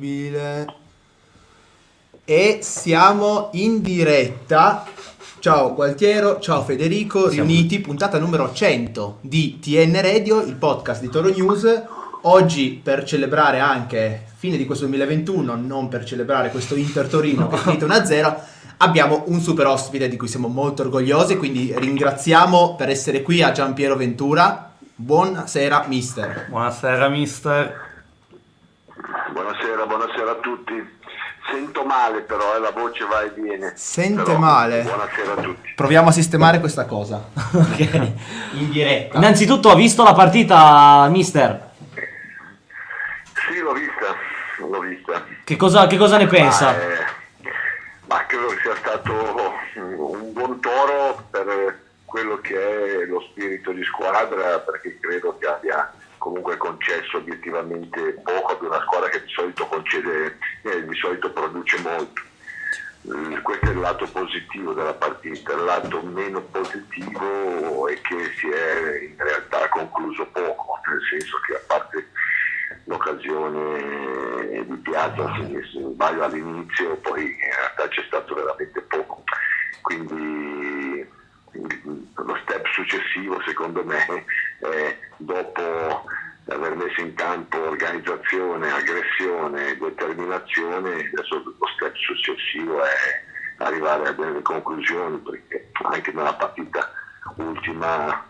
disponibile. E siamo in diretta. Ciao Gualtiero, ciao Federico, riuniti, puntata numero 100 di TN Radio, il podcast di Toro News. Oggi, per celebrare anche fine di questo 2021, non per celebrare questo Inter Torino che è finito 1-0, abbiamo un super ospite di cui siamo molto orgogliosi, quindi ringraziamo per essere qui a Giampiero Ventura. Buonasera mister. Buonasera mister. Buonasera a tutti. Sento male però, la voce va e viene. Sente però, male? Buonasera a tutti. Proviamo a sistemare questa cosa. Ok. In diretta. Innanzitutto, ha visto la partita, mister? Sì, l'ho vista. Che cosa ne pensa? Ma credo che sia stato un buon Toro per quello che è lo spirito di squadra, perché credo che abbia comunque concesso obiettivamente poco ad una squadra che di solito concede, di solito produce molto. Questo è il lato positivo della partita. Il lato meno positivo è che si è in realtà concluso poco, nel senso che a parte l'occasione di Piazza, se sbaglio all'inizio, poi in realtà c'è stato veramente poco. Quindi lo step successivo secondo me è, dopo aver messo in campo organizzazione, aggressione, determinazione, adesso lo step successivo è arrivare a delle conclusioni, perché anche nella partita ultima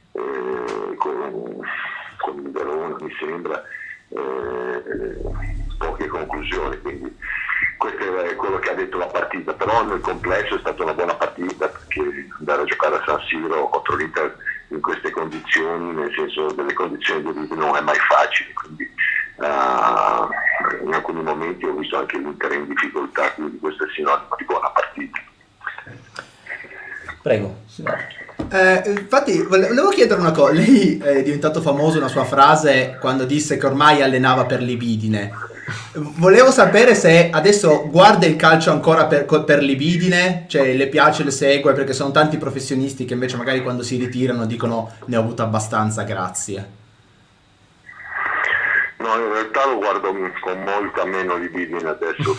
con il Verona mi sembra poche conclusioni, quindi questo è quello che ha detto la partita. Però nel complesso è stata una buona partita, perché andare a giocare a San Siro contro l'Inter in queste condizioni, nel senso delle condizioni di vita, non è mai facile, quindi in alcuni momenti ho visto anche l'Inter in difficoltà, quindi questo è sinonimo di buona partita. Prego. Infatti volevo chiedere una cosa. Lei è diventato famoso una sua frase quando disse che ormai allenava per libidine. Volevo sapere se adesso guarda il calcio ancora per libidine, cioè le piace, le segue, perché sono tanti professionisti che invece magari quando si ritirano dicono ne ho avuto abbastanza, grazie. No, in realtà lo guardo con molta meno libidine adesso.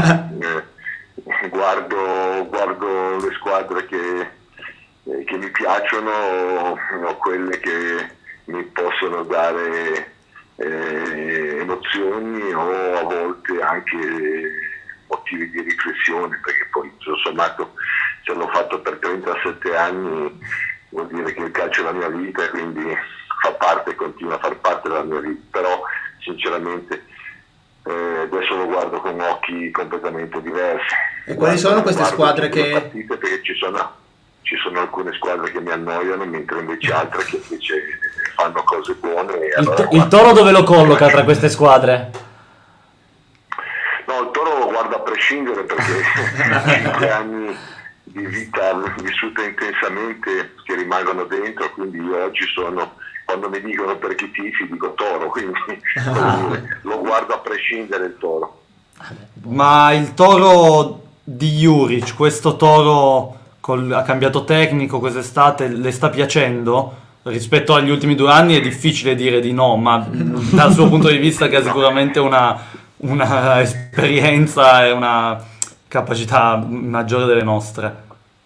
guardo le squadre che mi piacciono, o quelle che mi possono dare emozioni, o a volte anche motivi di riflessione, perché poi tutto sommato, se l'ho fatto per 37 anni, vuol dire che il calcio è la mia vita, e quindi continua a far parte della mia vita. Però sinceramente adesso lo guardo con occhi completamente diversi. E quali sono queste squadre che... Perché ci sono alcune squadre che mi annoiano, mentre invece altre che invece fanno cose buone. Il Toro dove lo colloca tra queste squadre? No, il Toro lo guardo a prescindere, perché 5 anni di vita vissuta intensamente che rimangono dentro, quindi io oggi quando mi dicono per chi tifi dico Toro, quindi lo guardo a prescindere il Toro. Ma il Toro di Juric, questo Toro ha cambiato tecnico quest'estate, le sta piacendo? Rispetto agli ultimi 2 anni è difficile dire di no, ma dal suo punto di vista, che ha sicuramente una esperienza e una capacità maggiore delle nostre.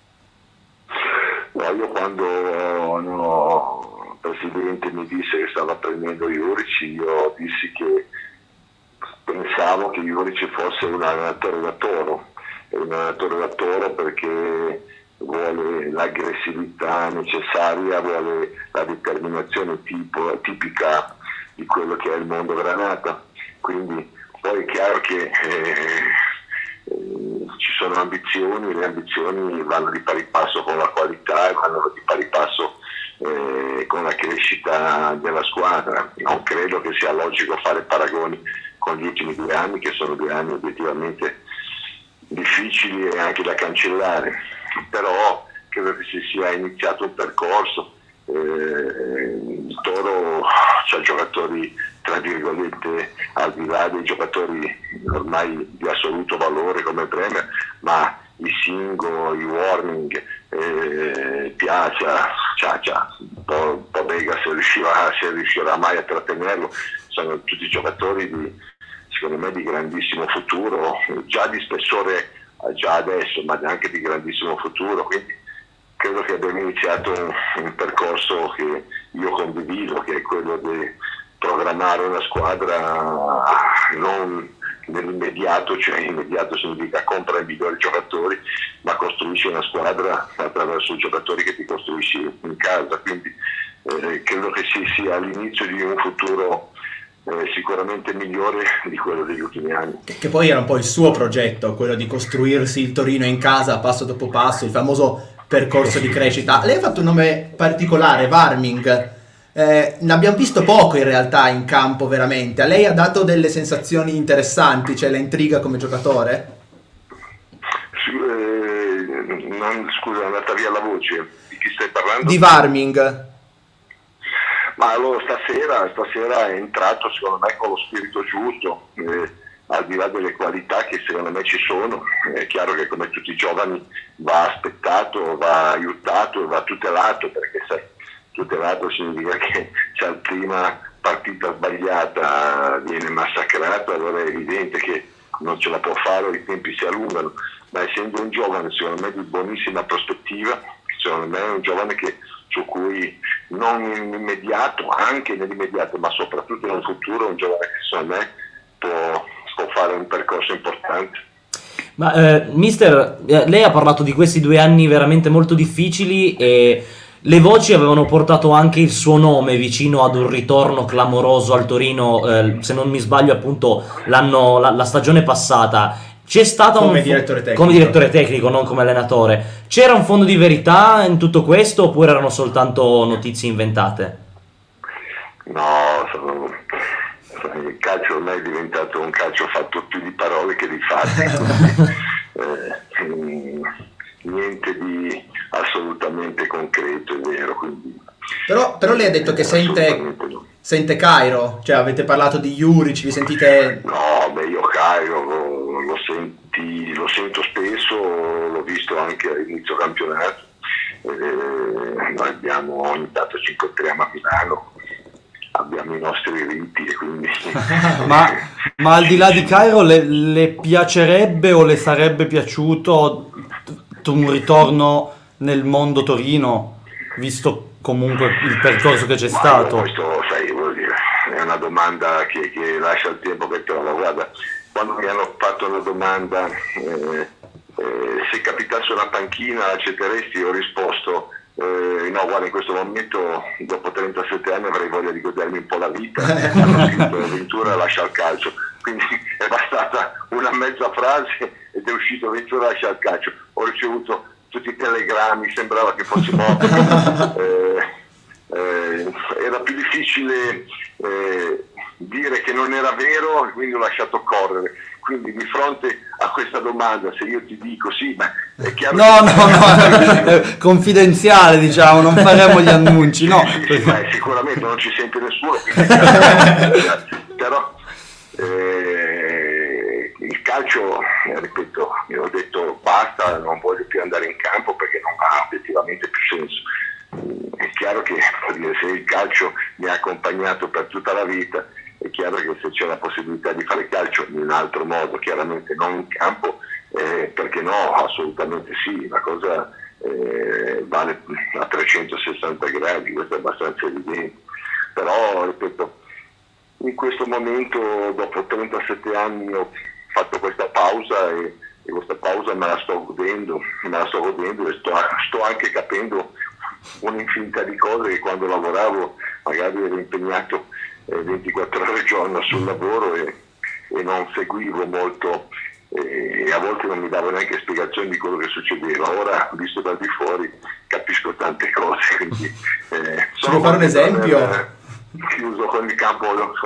No, io quando il presidente mi disse che stava prendendo Juric, io dissi che pensavo che Juric fosse un allenatore da Toro, perché vuole l'aggressività necessaria, vuole la determinazione tipica di quello che è il mondo Granata. Quindi poi è chiaro che ci sono ambizioni, le ambizioni vanno di pari passo con la qualità e vanno di pari passo con la crescita della squadra. Non credo che sia logico fare paragoni con gli ultimi 2 anni, che sono 2 anni obiettivamente difficili e anche da cancellare, però credo che si sia iniziato un percorso. Il Toro c'ha giocatori, tra virgolette, al di là dei giocatori ormai di assoluto valore come Bremer, ma i Singo, i Warning, Piazza, Ciaccia, Pobega, se riuscirà mai a trattenerlo, sono tutti giocatori di secondo me di grandissimo futuro, già di spessore già adesso, ma anche di grandissimo futuro, quindi credo che abbiamo iniziato un percorso che io condivido, che è quello di programmare una squadra non nell'immediato, cioè immediato significa compra i migliori giocatori, ma costruisci una squadra attraverso i giocatori che ti costruisci in casa, quindi credo che sia all'inizio di un futuro sicuramente migliore di quello degli ultimi anni. Che poi era un po' il suo progetto, quello di costruirsi il Torino in casa passo dopo passo, il famoso percorso di crescita. Lei ha fatto un nome particolare, Warming. L'abbiamo visto poco in realtà in campo veramente. A lei ha dato delle sensazioni interessanti, cioè la intriga come giocatore? Scusa, è andata via la voce. Di chi stai parlando? Di Warming. Ma allora stasera è entrato secondo me con lo spirito giusto, al di là delle qualità che secondo me ci sono. È chiaro che come tutti i giovani va aspettato, va aiutato e va tutelato, perché sai, tutelato significa che se al prima partita sbagliata viene massacrato, allora è evidente che non ce la può fare, i tempi si allungano, ma essendo un giovane secondo me di buonissima prospettiva, secondo me è un giovane su cui non nell'immediato, anche nell'immediato, ma soprattutto nel futuro è un giovane che secondo me può fare un percorso importante. Ma mister, lei ha parlato di questi 2 anni veramente molto difficili e le voci avevano portato anche il suo nome vicino ad un ritorno clamoroso al Torino, se non mi sbaglio appunto la stagione passata. C'è stato come direttore tecnico. Come direttore tecnico, non come allenatore. C'era un fondo di verità in tutto questo oppure erano soltanto notizie inventate? No, il calcio ormai è diventato un calcio fatto più di parole che di fatti. Niente di assolutamente concreto, è vero. Quindi, però lei ha detto che sente Cairo, cioè avete parlato di Juric, vi sentite... No, io Cairo lo sento spesso, l'ho visto anche all'inizio campionato, noi abbiamo ogni tanto ci incontriamo a Milano, abbiamo i nostri riti e quindi... ma al di là di Cairo le piacerebbe o le sarebbe piaciuto un ritorno nel mondo Torino, visto comunque il percorso che c'è stato? Questo, sai, vuol dire, è una domanda che lascia il tempo che trova. Guarda, quando mi hanno fatto la domanda se capitasse una panchina accetteresti, ho risposto no, guarda, in questo momento dopo 37 anni avrei voglia di godermi un po' la vita. Hanno scritto Ventura lascia il calcio, quindi è bastata una mezza frase ed è uscito Ventura lascia il calcio. Ho ricevuto tutti i telegrammi, sembrava che fossi morto. Era più difficile dire che non era vero, quindi ho lasciato correre. Quindi di fronte a questa domanda, se io ti dico sì, ma è chiaro no, confidenziale, diciamo, non faremo gli annunci, no? Sì, sicuramente non ci sente nessuno, però il calcio, ripeto, io ho detto basta, non voglio più andare in campo perché non ha effettivamente più senso. È chiaro che se il calcio mi ha accompagnato per tutta la vita, è chiaro che se c'è la possibilità di fare calcio in un altro modo, chiaramente non in campo, perché no, assolutamente sì, la cosa vale a 360 gradi, questo è abbastanza evidente. Però, ripeto, in questo momento, dopo 37 anni, ho fatto questa pausa e questa pausa me la sto godendo e sto anche capendo un'infinità di cose che quando lavoravo magari ero impegnato 24 ore al giorno sul lavoro e non seguivo molto e a volte non mi davo neanche spiegazioni di quello che succedeva. Ora, visto dal di fuori, capisco tante cose, quindi ci può fare un esempio? Chiuso con il campo.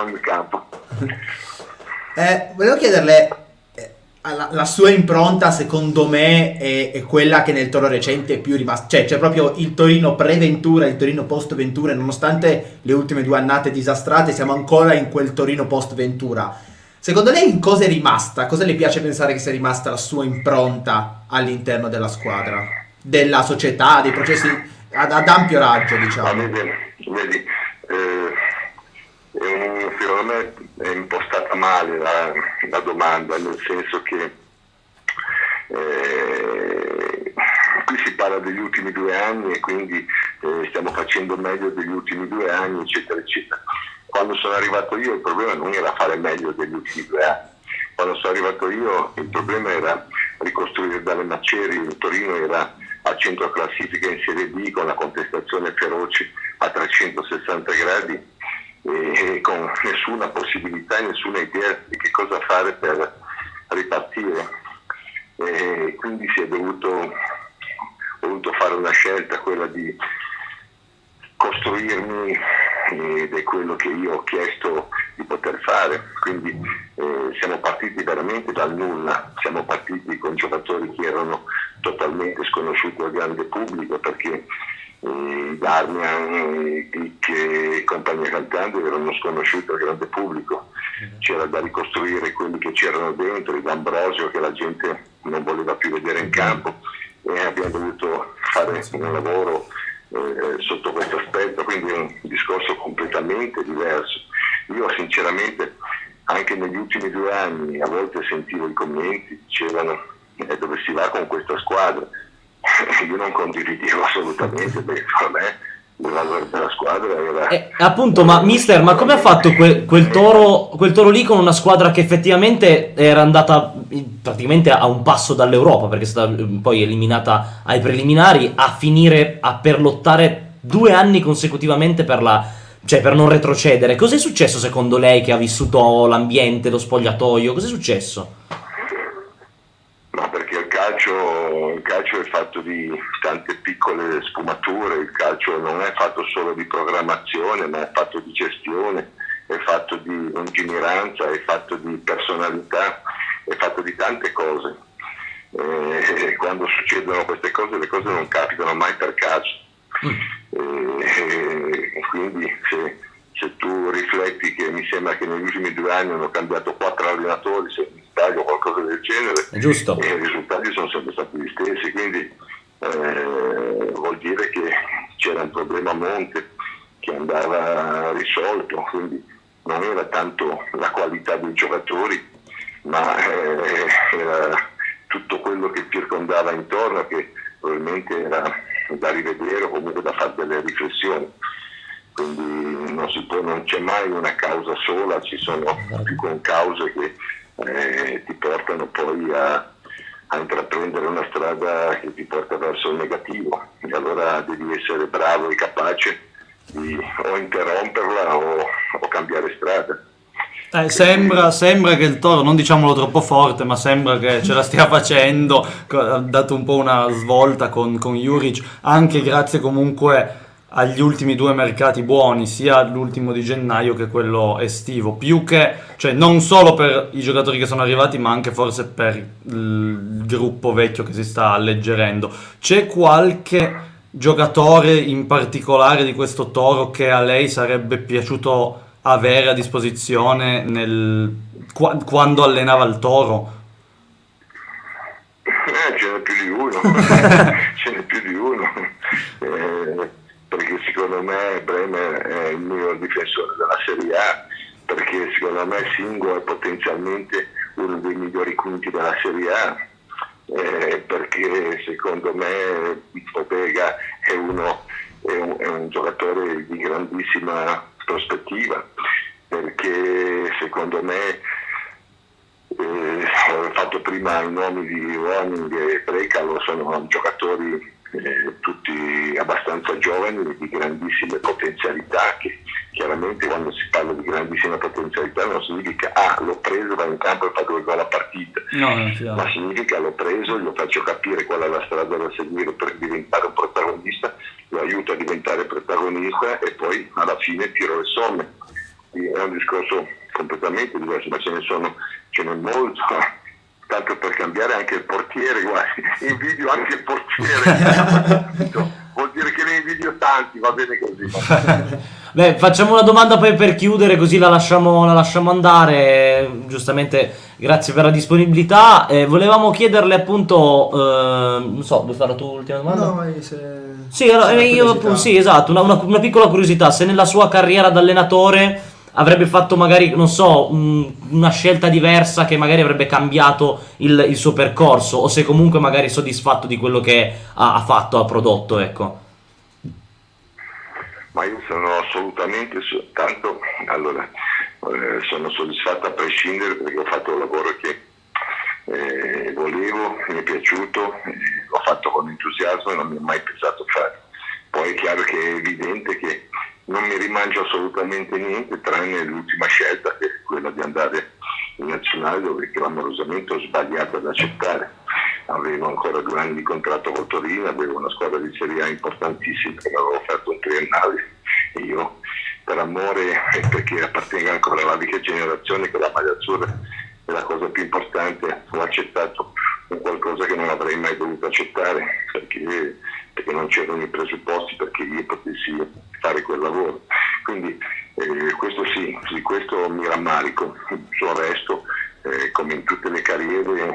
Volevo chiederle, la sua impronta secondo me è quella che nel Toro recente è più rimasta, cioè c'è proprio il Torino pre-Ventura, il Torino post-Ventura, nonostante le ultime 2 annate disastrate siamo ancora in quel Torino post-Ventura. Secondo lei in cosa è rimasta? Cosa le piace pensare che sia rimasta la sua impronta all'interno della squadra, della società, dei processi ad ampio raggio, diciamo? Vedi, secondo me è impostata male la domanda, nel senso che qui si parla degli ultimi 2 anni e quindi stiamo facendo meglio degli ultimi 2 anni, eccetera, eccetera. Quando sono arrivato io il problema non era fare meglio degli ultimi 2 anni. Quando sono arrivato io il problema era ricostruire dalle macerie. Il Torino era a centro classifica in Serie B con la contestazione feroce a 360 gradi e con nessuna possibilità e nessuna idea di che cosa fare per ripartire. E quindi ho dovuto fare una scelta, quella di costruirmi, ed è quello che io ho chiesto di poter fare. Quindi siamo partiti veramente dal nulla, siamo partiti con giocatori che erano totalmente sconosciuti al grande pubblico, perché Darmian, Glick e compagnia cantante erano sconosciuti al grande pubblico. C'era da ricostruire quelli che c'erano dentro, il D'Ambrosio che la gente non voleva più vedere in campo, e abbiamo dovuto fare un lavoro sotto questo aspetto, quindi è un discorso completamente diverso. Io sinceramente anche negli ultimi 2 anni a volte sentivo i commenti, dicevano dove si va con questa squadra. Io non condividevo assolutamente, perché per me il valore della squadra era appunto, ma mister, ma come ha fatto quel toro lì con una squadra che effettivamente era andata praticamente a un passo dall'Europa, perché è stata poi eliminata ai preliminari, a finire per lottare 2 anni consecutivamente per non retrocedere? Cos'è successo secondo lei, che ha vissuto l'ambiente, lo spogliatoio? Cos'è successo? No, perché il calcio è fatto di tante piccole sfumature, il calcio non è fatto solo di programmazione, ma è fatto di gestione, è fatto di lungimiranza, è fatto di personalità, è fatto di tante cose. E quando succedono queste cose, le cose non capitano mai per caso. Quindi se tu rifletti che mi sembra che negli ultimi 2 anni hanno cambiato 4 allenatori, se mi sbaglio o qualcosa del genere, è giusto, e i risultati sono sempre stati gli stessi, quindi vuol dire che c'era un problema a monte che andava risolto, quindi non era tanto la qualità dei giocatori, ma era tutto quello che circondava intorno, che probabilmente era da rivedere o comunque da fare delle riflessioni. Quindi non c'è mai una causa sola, ci sono più cause che ti portano poi a intraprendere una strada che ti porta verso il negativo, e allora devi essere bravo e capace di o interromperla o cambiare strada. Sembra che il Toro, non diciamolo troppo forte, ma sembra che ce la stia facendo, ha dato un po' una svolta con Juric, anche grazie comunque agli ultimi 2 mercati buoni, sia l'ultimo di gennaio che quello estivo, più che, cioè non solo per i giocatori che sono arrivati, ma anche forse per il gruppo vecchio che si sta alleggerendo. C'è qualche giocatore in particolare di questo Toro che a lei sarebbe piaciuto avere a disposizione quando allenava il Toro? Ce n'è più di uno, perché secondo me Bremer è il miglior difensore della Serie A, perché secondo me Singo è potenzialmente uno dei migliori quinti della Serie A, perché secondo me Pobega è un giocatore di grandissima prospettiva, perché secondo me ho fatto prima i nomi di Roning e Brecalo, sono giocatori tutti abbastanza giovani, di grandissime potenzialità, che chiaramente quando si parla di grandissima potenzialità non significa l'ho preso, va in campo e fa 2 gol a partita, ma significa l'ho preso, gli faccio capire qual è la strada da seguire per diventare un protagonista, lo aiuto a diventare protagonista e poi alla fine tiro le somme. È un discorso completamente diverso, ma ce n'è molto. Tanto per cambiare anche il portiere, guardi, invidio anche il portiere. Vuol dire che ne invidio tanti, va bene così. Beh, facciamo una domanda poi per chiudere, così la lasciamo andare. Giustamente, grazie per la disponibilità. Volevamo chiederle appunto, non so, vuoi fare la tua ultima domanda? No, sì, allora, io appunto, sì, esatto, una piccola curiosità, se nella sua carriera da allenatore avrebbe fatto magari, non so, una scelta diversa che magari avrebbe cambiato il suo percorso, o se comunque magari è soddisfatto di quello che ha fatto, ha prodotto, ecco. Ma io sono assolutamente, sono soddisfatto a prescindere, perché ho fatto un lavoro che volevo, mi è piaciuto, l'ho fatto con entusiasmo e non mi è mai pesato fare. Poi è chiaro che è evidente che non mi rimangio assolutamente niente, tranne l'ultima scelta, che è quella di andare in nazionale, dove clamorosamente ho sbagliato ad accettare. Avevo ancora 2 anni di contratto con Torino, avevo una squadra di Serie A importantissima che mi aveva offerto un triennale, e io, per amore e perché appartengo ancora alla vecchia generazione, che la maglia azzurra è la cosa più importante, ho accettato un qualcosa che non avrei mai dovuto accettare, perché non c'erano i presupposti perché io potessi fare quel lavoro. Quindi questo sì, questo mi rammarico. Sul resto, come in tutte le carriere,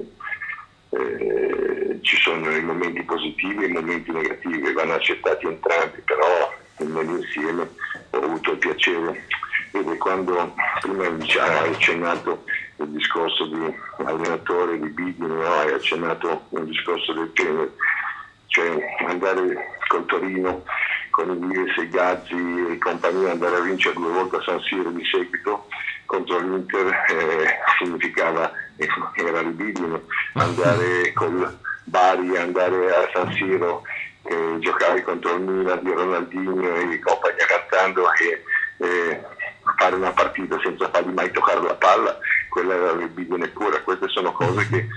ci sono i momenti positivi e i momenti negativi, vanno accettati entrambi, però nell'insieme ho avuto il piacere. Vede, quando prima hai accennato il discorso di allenatore di Bidini, no? Hai accennato un discorso del genere, cioè andare col Torino con i Vives e Gazzi e compagnia, andare a vincere 2 volte a San Siro di seguito contro l'Inter significava, era libidine, andare col Bari, andare a San Siro, giocare contro il Milan di Ronaldinho e compagnia cantando e fare una partita senza fargli mai toccare la palla, quella era libidine pura. Queste sono cose che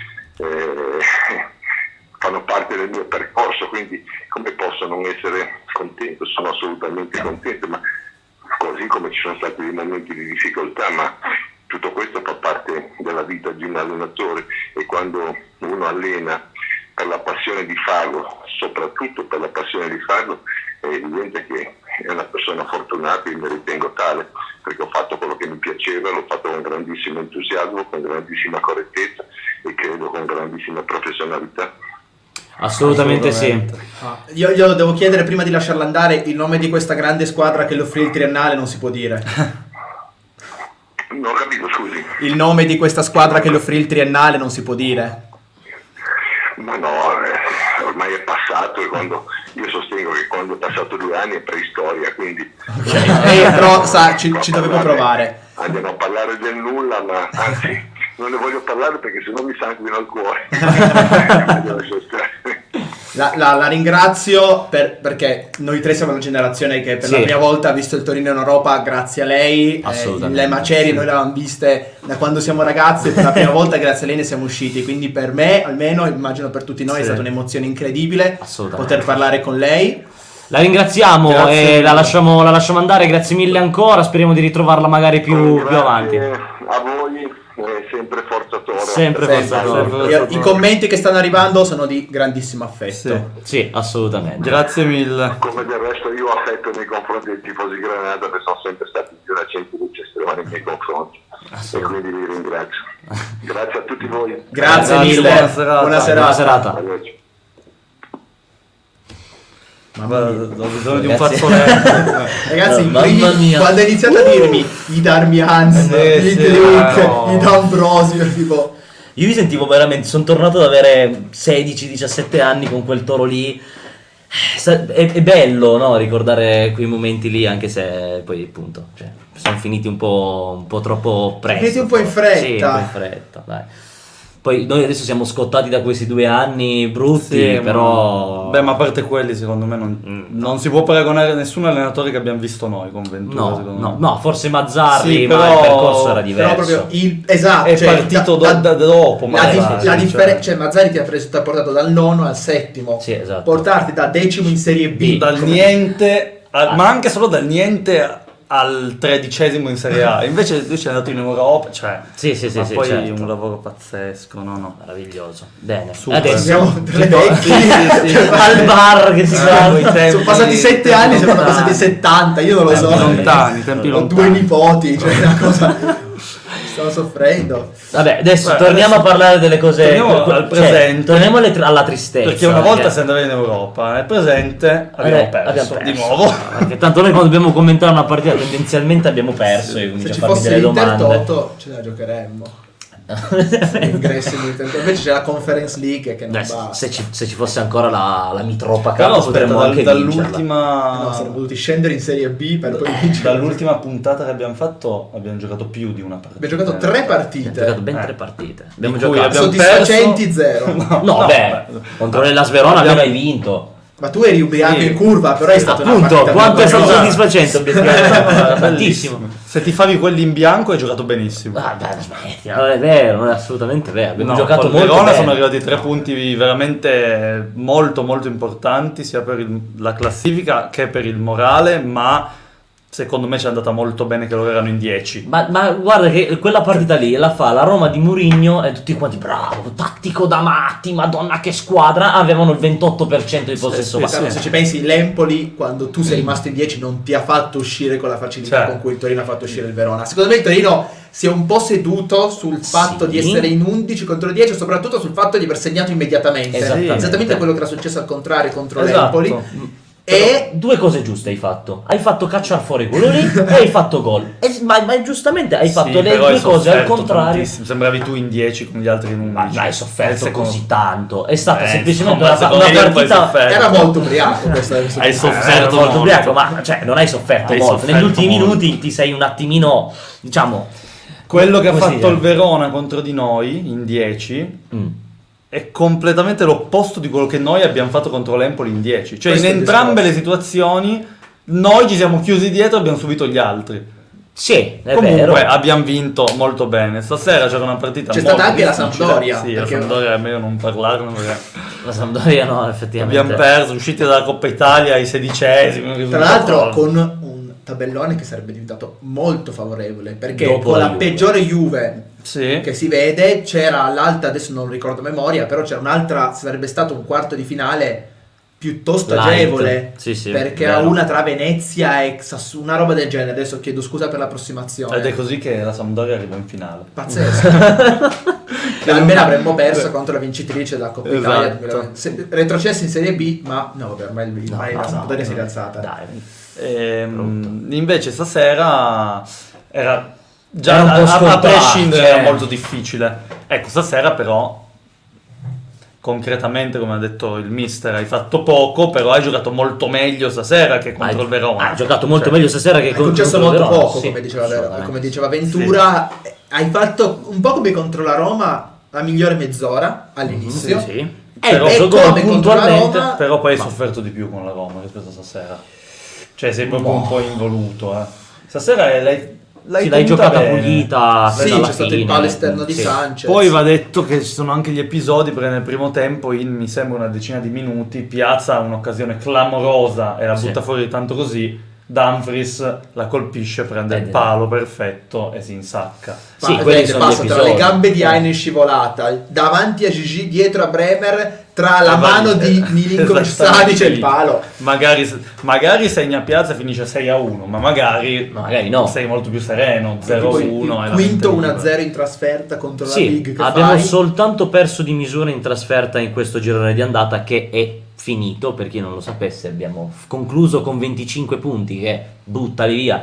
fanno parte del mio percorso, quindi come posso non essere contento? Sono assolutamente contento, ma così come ci sono stati dei momenti di difficoltà, ma tutto questo fa parte della vita di un allenatore, e quando uno allena per la passione di farlo, soprattutto per la passione di farlo, è evidente che è una persona fortunata, e mi ritengo tale, perché ho fatto quello che mi piaceva, l'ho fatto con grandissimo entusiasmo, con grandissima correttezza e credo con grandissima professionalità. Assolutamente sì. Io devo chiedere, prima di lasciarla andare, il nome di questa grande squadra che le offrì il triennale non si può dire. Non ho capito, scusi. Il nome di questa squadra che le offrì il triennale non si può dire. Ma no, ormai è passato, e quando io sostengo che quando è passato 2 anni è preistoria, quindi Però ci dovevo provare. Andiamo a parlare del nulla, ma anzi non ne voglio parlare perché sennò mi sanguina il cuore. La ringrazio perché noi tre siamo una generazione che per la prima volta ha visto il Torino in Europa grazie a lei. Le macerie noi le avevamo viste da quando siamo ragazzi, e per la prima volta grazie a lei ne siamo usciti, quindi per me almeno, immagino per tutti noi, è stata un'emozione incredibile poter parlare con lei. La ringraziamo e la lasciamo andare, grazie mille ancora, speriamo di ritrovarla magari più avanti. A voi, sempre Forza Toro. Sempre Forza Toro. I commenti che stanno arrivando sono di grandissimo affetto. Sì, assolutamente. Grazie mille. Come del resto io ho affetto nei confronti dei tifosi Granata, perché sono sempre stati di una gentilezza estrema nei miei confronti, e quindi vi ringrazio. Grazie a tutti voi. Grazie mille. Buona serata. Arrivederci. Ho bisogno di un fazzoletto. Ragazzi, mamma mia. quando ha iniziato a dirmi i Darmians, i Drake, i D'Ambrosio, tipo... Io mi sentivo veramente, sono tornato ad avere 16-17 anni con quel Toro lì. È bello, no, ricordare quei momenti lì, anche se poi appunto sono finiti un po' troppo presto. Finiti un po' in fretta. Sì, un po' in fretta, dai. Poi noi adesso siamo scottati da questi 2 anni brutti, però... Ma a parte quelli, secondo me non si può paragonare a nessun allenatore che abbiamo visto noi con Ventura. No, forse Mazzarri, sì, ma però, il percorso era diverso. Però proprio esatto, è partito dopo. La differenza, cioè Mazzarri ti ha portato dal 9° al 7°. Sì, esatto. Portarti da 10° in Serie B. Dal niente, ma anche solo dal niente al 13° in Serie A. Invece lui ci è andato in Europa, cioè sì, poi certo. un lavoro pazzesco, meraviglioso. Bene. Super. Adesso Siamo tre vecchi al bar che si fa. Sono passati 7 anni, sembrano passati 70, io non lo so. Lontani, tempi Ho lontani. 2 nipoti, cioè una cosa. Stavo soffrendo. Vabbè, adesso Beh, torniamo a parlare delle cose. torniamo al presente. Torniamo alla tristezza. Perché una volta si andava in Europa, nel presente abbiamo perso di nuovo. Perché tanto noi quando dobbiamo commentare una partita tendenzialmente abbiamo perso e Se comincia ci a farmi fosse delle l'Inter domande. Toto ce la giocheremmo. L'ingresso in Inter. Invece c'è la Conference League che non Dai, basta. se ci fosse ancora la Mitropa Però Cup potremmo anche vincerla. dall'ultima No, saremmo dovuti scendere in Serie B per poi vincere. dall'ultima puntata che abbiamo fatto abbiamo giocato più di una partita. Abbiamo giocato 3 partite. Abbiamo giocato ben 3 partite. Abbiamo Di cui giocato. abbiamo Soddisfacenti perso. 0. No, beh, contro la Sverona almeno hai vinto. Ma tu eri ubriaco Sì. in curva, però è stata una Appunto, partita quanto è stato meravigliosa. soddisfacente obiettivamente. Tantissimo. Se ti favi quelli in bianco hai giocato benissimo. Ah, dai, smetti, non è vero, non è assolutamente vero. Abbiamo No, giocato col molto Verona bene. sono arrivati 3 punti veramente molto molto importanti sia per la classifica che per il morale, ma secondo me ci è andata molto bene che loro erano in 10. Ma guarda che quella partita lì la fa la Roma di Mourinho e tutti quanti bravo, tattico da matti, madonna che squadra, avevano il 28% di possesso sì, palla. sì. Se ci pensi, l'Empoli quando tu sei rimasto in 10 non ti ha fatto uscire con la facilità Certo. con cui il Torino ha fatto uscire il Verona. Secondo me il Torino si è un po' seduto sul fatto Sì. di essere in 11 contro 10 e soprattutto sul fatto di aver segnato immediatamente. Esattamente. Quello che era successo al contrario contro Esatto. l'Empoli. Però E due cose giuste hai fatto. Hai fatto cacciare fuori quello lì e hai fatto gol. Ma giustamente hai fatto Sì, le però hai due cose al sofferto contrario. tantissimo. Sembravi tu in 10 con gli altri in 11. Ma hai sofferto Secondo- così tanto. È stata Eh, semplicemente insomma, una secondo me poi partita. sofferto. era molto ubriaco questo. Hai sofferto Ero molto molto. ubriaco, ma cioè, non hai sofferto Hai molto. sofferto Negli ultimi molto. minuti ti sei un attimino, diciamo. Quello che ha come si fatto il dice? Verona contro di noi in 10 Mm. è completamente l'opposto di quello che noi abbiamo fatto contro l'Empoli in 10. Cioè Questo in è il entrambe discorso. le situazioni noi ci siamo chiusi dietro e abbiamo subito gli altri. Sì, è Comunque vero. abbiamo vinto molto bene. Stasera c'era una partita C'è molto stata anche la difficile. Sampdoria, Sì, la perché- Sampdoria è meglio non parlarne perché La Sampdoria no, effettivamente. abbiamo perso, usciti dalla Coppa Italia ai 16esimi. Tra l'altro con un tabellone che sarebbe diventato molto favorevole perché Dopo con la la Juve. peggiore Juve Sì. che si vede c'era l'alta, adesso non ricordo a memoria, però c'era un'altra, sarebbe stato un quarto di finale piuttosto Light. agevole, Sì, sì, perché vero. ha una tra Venezia e una roba del genere. Adesso chiedo scusa per l'approssimazione. Ed è così che la Sampdoria arriva in finale. Pazzesco. Almeno avremmo perso contro la vincitrice della Coppa Italia Esatto. 2020. Retrocessi in Serie B, ma no, vabbè, ormai No, la Sampdoria si è no, rialzata. Dai. Invece stasera era già Era un po' a scontato, prescindere cioè. era molto difficile. Ecco, stasera però concretamente, come ha detto il mister, hai fatto poco, però hai giocato molto meglio stasera che contro il Verona. Ha giocato molto Cioè, meglio stasera che Hai contro concesso il molto Verona, poco, sì, assolutamente. come diceva Ventura. Hai fatto un po' come contro la Roma la migliore mezz'ora all'inizio. Sì, sì. Però E e gol come contro la puntualmente. Roma, Però poi hai sofferto di più con la Roma rispetto a stasera. Cioè sei proprio un po' involuto. Stasera l'hai Sì, l'hai tenuta giocata bene. pulita. sì, dalla c'è stato il fine. palo esterno di Sì. Sanchez. Poi va detto che ci sono anche gli episodi perché nel primo tempo in mi sembra una decina di minuti Piazza ha un'occasione clamorosa e la Sì. butta fuori tanto così, Dumfries la colpisce, prende il palo perfetto e si insacca. Sì, Ma, quelli vedete, sono gli passa tra le episodi. gambe di Heine in scivolata, davanti a Gigi, dietro a Bremer, tra la mano di Milinkovic Savic e il palo. Magari segna Piazza e finisce 6-1, ma magari no. sei molto più sereno, 0-1 il quinto 1-0 in trasferta contro la Sì, Big che abbiamo fai. soltanto perso di misura in trasferta in questo girone di andata che è finito, per chi non lo sapesse abbiamo concluso con 25 punti che buttali via.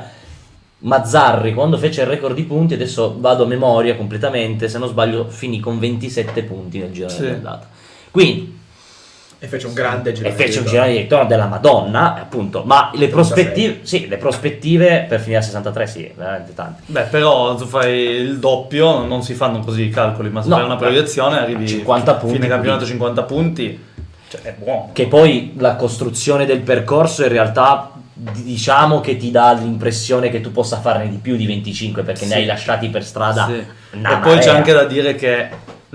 Mazzarri quando fece il record di punti, adesso vado a memoria completamente, se non sbaglio finì con 27 punti nel girone Sì. di andata. Quindi E fece un grande giro. e fece un girone di ritorno della Madonna, appunto, ma le 76. prospettive per finire a 63 sì, veramente tante. Beh, però tu fai il doppio, non si fanno così i calcoli, ma se No, fai una proiezione arrivi 50 punti, fine campionato quindi. 50 punti, cioè è buono. Che poi la costruzione del percorso in realtà diciamo che ti dà l'impressione che tu possa farne di più di 25 perché Sì. ne hai lasciati per strada Sì. una E poi c'è marea. anche da dire che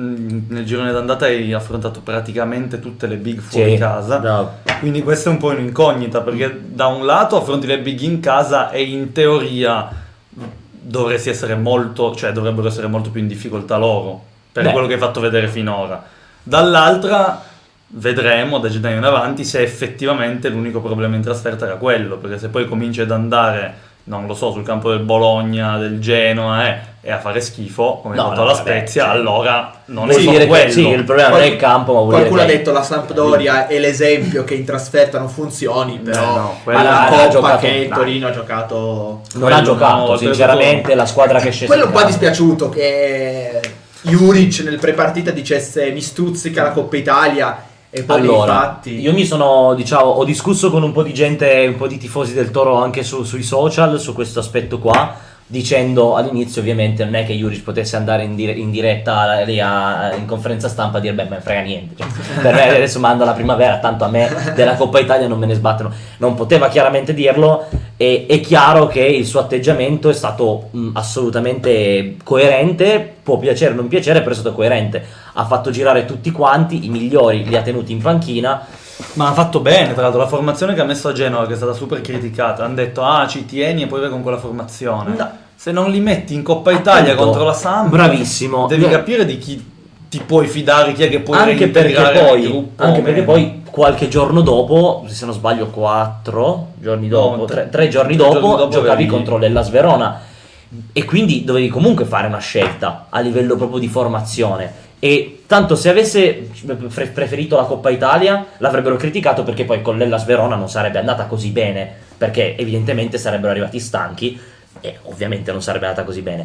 nel girone d'andata hai affrontato praticamente tutte le big fuori Sì, casa, bravo. quindi questa è un po' un'incognita perché da un lato affronti le big in casa e in teoria dovresti essere molto, cioè dovrebbero essere molto più in difficoltà loro per Beh. quello che hai fatto vedere finora. Dall'altra vedremo da gennaio in avanti se effettivamente l'unico problema in trasferta era quello, perché se poi cominci ad andare, non lo so, sul campo del Bologna, del Genoa, e a fare schifo come No, ha fatto no, la vabbè, Spezia, cioè, allora non è vuol solo dire quello. che sì, il problema non è il campo, ma vuol dire Qualcuno ha che detto la Sampdoria è l'esempio che in trasferta non funzioni, però no, quella alla ha Coppa giocato- che il dai. Torino ha giocato. non ha quello giocato, no, sinceramente, la squadra che scese Quello in un po' è campo. dispiaciuto che Juric nel prepartita dicesse mi stuzzica la Coppa Italia e poi Allora, infatti io mi sono, diciamo, ho discusso con un po' di gente, un po' di tifosi del Toro anche sui social su questo aspetto qua, dicendo all'inizio ovviamente non è che Juric potesse andare in diretta lì in conferenza stampa a dire beh, me ne frega niente, cioè, per me adesso manda la primavera, tanto a me della Coppa Italia non me ne sbattono, non poteva chiaramente dirlo, e è chiaro che il suo atteggiamento è stato assolutamente coerente, può piacere o non piacere, però è stato coerente, ha fatto girare tutti quanti, i migliori li ha tenuti in panchina. Ma ha fatto bene, tra l'altro, la formazione che ha messo a Genova, che è stata super criticata, hanno detto ci tieni e poi vai con quella formazione. No. Se non li metti in Coppa Italia Appunto, contro la Samp, bravissimo. devi capire di chi ti puoi fidare, chi è che puoi Anche perché reintegrare nel gruppo. anche o perché meno. poi qualche giorno dopo, se non sbaglio 4 giorni dopo, No, 3 giorni tre dopo, giorni dopo giocavi avevi- contro l'Hellas Verona e quindi dovevi comunque fare una scelta a livello proprio di formazione. E tanto se avesse preferito la Coppa Italia l'avrebbero criticato, perché poi con l'Hellas Verona non sarebbe andata così bene, perché evidentemente sarebbero arrivati stanchi e ovviamente non sarebbe andata così bene.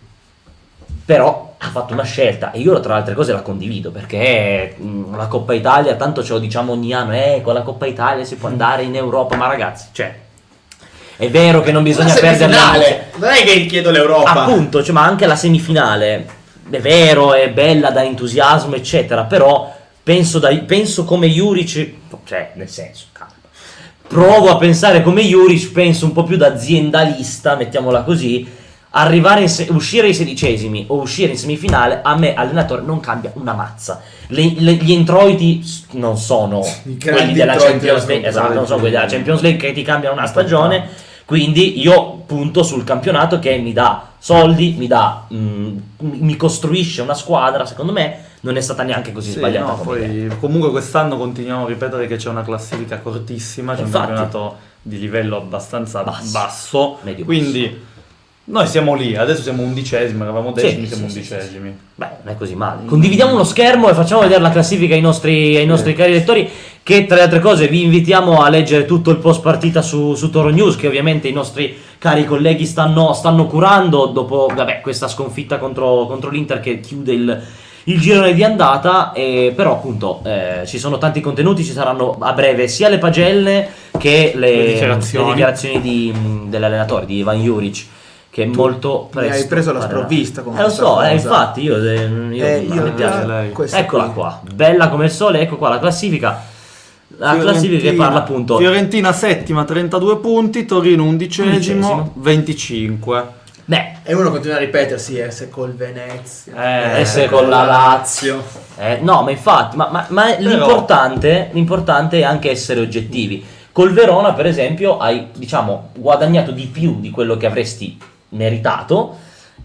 Però ha fatto una scelta e io tra le altre cose la condivido, perché la Coppa Italia, tanto ce lo diciamo ogni anno, con la Coppa Italia si può andare in Europa, ma ragazzi, cioè è vero che non bisogna perdere semifinale, non è che chiedo l'Europa. appunto, cioè, ma anche la semifinale è vero, è bella, da entusiasmo eccetera, però penso come Juric, cioè nel senso, calma, provo a pensare come Juric, penso un po' più da aziendalista, mettiamola così, arrivare uscire ai 16esimi o uscire in semifinale, a me allenatore non cambia una mazza. Gli introiti non sono I quelli grandi della introiti Champions della League, esatto, Coppa non sono quelli della Champions League che ti cambiano una stagione. Quindi io punto sul campionato che mi dà soldi, mi costruisce una squadra. Secondo me non è stata neanche così Sì, sbagliata no, come idea. poi comunque quest'anno continuiamo a ripetere che c'è una classifica cortissima, c'è un Infatti. campionato di livello abbastanza Basso. basso, Medio quindi noi siamo lì, adesso siamo 11esimi, eravamo Sì, decimi, sì, siamo sì, 11esimi. Beh, non è così male. Condividiamo uno schermo e facciamo vedere la classifica ai nostri cari lettori, che tra le altre cose vi invitiamo a leggere tutto il post partita su Toro News, che ovviamente i nostri cari colleghi stanno curando dopo questa sconfitta contro l'Inter che chiude il girone di andata. Però appunto ci sono tanti contenuti, ci saranno a breve sia le pagelle che le dichiarazioni dell'allenatore di Ivan Juric, che è molto mi hai presto preso la parlerà. sprovvista con Lo questa so, cosa. infatti io Io piace lei. questa eccola qui. qua, bella come il sole, ecco qua la classifica. La classifica che parla appunto. Fiorentina settima, 32 punti, Torino undicesimo, 25. Beh, E uno continua a ripetersi se col Venezia, se con la Lazio. No, ma infatti, ma l'importante è anche essere oggettivi. Col Verona, per esempio, hai, diciamo, guadagnato di più di quello che avresti meritato.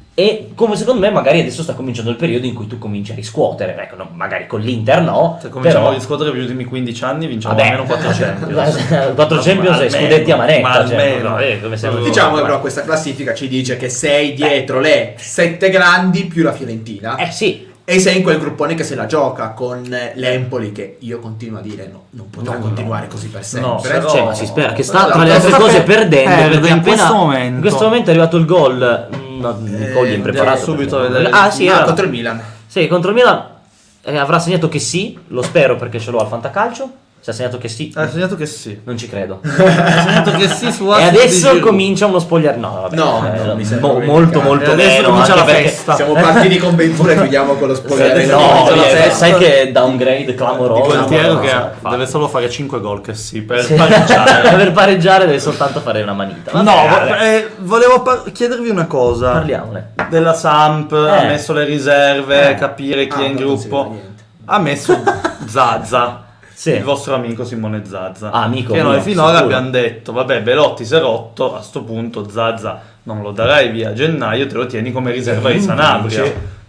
E come secondo me magari adesso sta cominciando il periodo in cui tu cominci a riscuotere. Ecco, magari con l'Inter no. Se cominciamo però a riscuotere per gli ultimi 15 anni, vinciamo vabbè, almeno 4 Champions. 4 Champions e Almeno, scudetti a manetta. ma Cioè, almeno. come se- diciamo che però questa classifica ci dice che sei dietro le 7 grandi più la Fiorentina sì. e sei in quel gruppone che se la gioca con l'Empoli, che io continuo a dire non potrà continuare così per sempre. No, però- Cioè, ma si spera che sta Allora, tra le altre sta cose per- perdendo, perché in appena questo in questo momento è arrivato il gol. Cogli impreparato andiamo subito a vedere. sì, era contro il Milan. sì, contro il Milan. Avrà segnato che sì, lo spero perché ce l'ho al fantacalcio. Se ha segnato che sì, Ha segnato che sì. non ci credo. Ha segnato che sì su E assist di adesso Giroud. comincia uno spogliare. No, vabbè, No, mi sembra molto ben molto E adesso meno. comincia anche la perché- festa. Siamo partiti con Ventura e chiudiamo con lo spogliarello. No, comincia la festa. sai che downgrade clamoroso. Gualtiero che Infatti. deve solo fare 5 gol che sì per Sì. pareggiare. Per pareggiare deve soltanto fare una manita. Vabbè, No, vabbè. volevo chiedervi una cosa. Parliamone. Della Samp, ha messo le riserve, capire chi è in non si vede gruppo. niente. Ha messo Zazza. Sì. Il vostro amico Simone Zazza. Ah, amico che mio, noi finora sicuro. abbiamo detto, vabbè, Belotti si è rotto, a sto punto Zazza non lo darai via a gennaio, te lo tieni come riserva di Sanabria.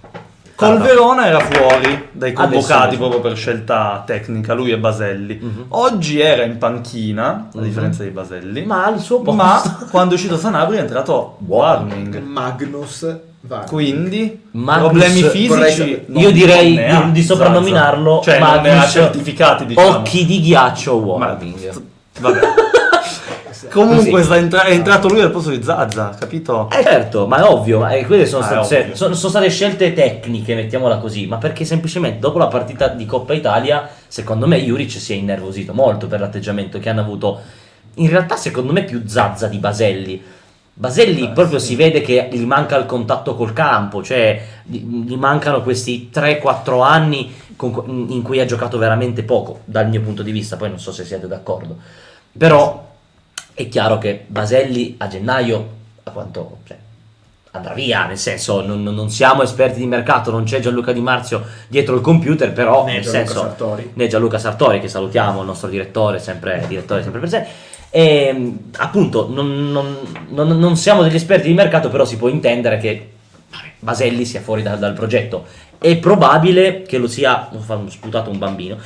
Col Verona era fuori dai convocati Adesso- proprio per scelta tecnica, lui e Baselli. Oggi era in panchina, a differenza di Baselli, Ma al suo posto. ma quando è uscito Sanabria è entrato Warning. Magnus Va. Quindi Magnus, problemi vorrei fisici sapere- non- io direi non ne ha di soprannominarlo Zazza. Cioè non ne ha Magnus certificati, diciamo. Occhi di ghiaccio Ma- Warming. Vabbè. Comunque Così. è entrato lui al posto di Zazza, capito? Certo, ma è ovvio, ma quelle sono, Ah, è state, ovvio. sono state scelte tecniche, mettiamola così, ma perché semplicemente dopo la partita di Coppa Italia, secondo me Juric si è innervosito molto per l'atteggiamento che hanno avuto. In realtà secondo me più Zazza di Baselli. Baselli proprio si vede che gli manca il contatto col campo, cioè gli mancano questi 3-4 anni in cui ha giocato veramente poco, dal mio punto di vista, poi non so se siete d'accordo. Però è chiaro che Baselli a gennaio a quanto andrà via, nel senso non siamo esperti di mercato, non c'è Gianluca Di Marzio dietro il computer, però Né nel Gianluca senso Sartori. né Gianluca Sartori, che salutiamo, il nostro direttore sempre presente. E appunto non siamo degli esperti di mercato, però si può intendere che Baselli sia fuori dal progetto. È probabile che lo sia, ho sputato un bambino,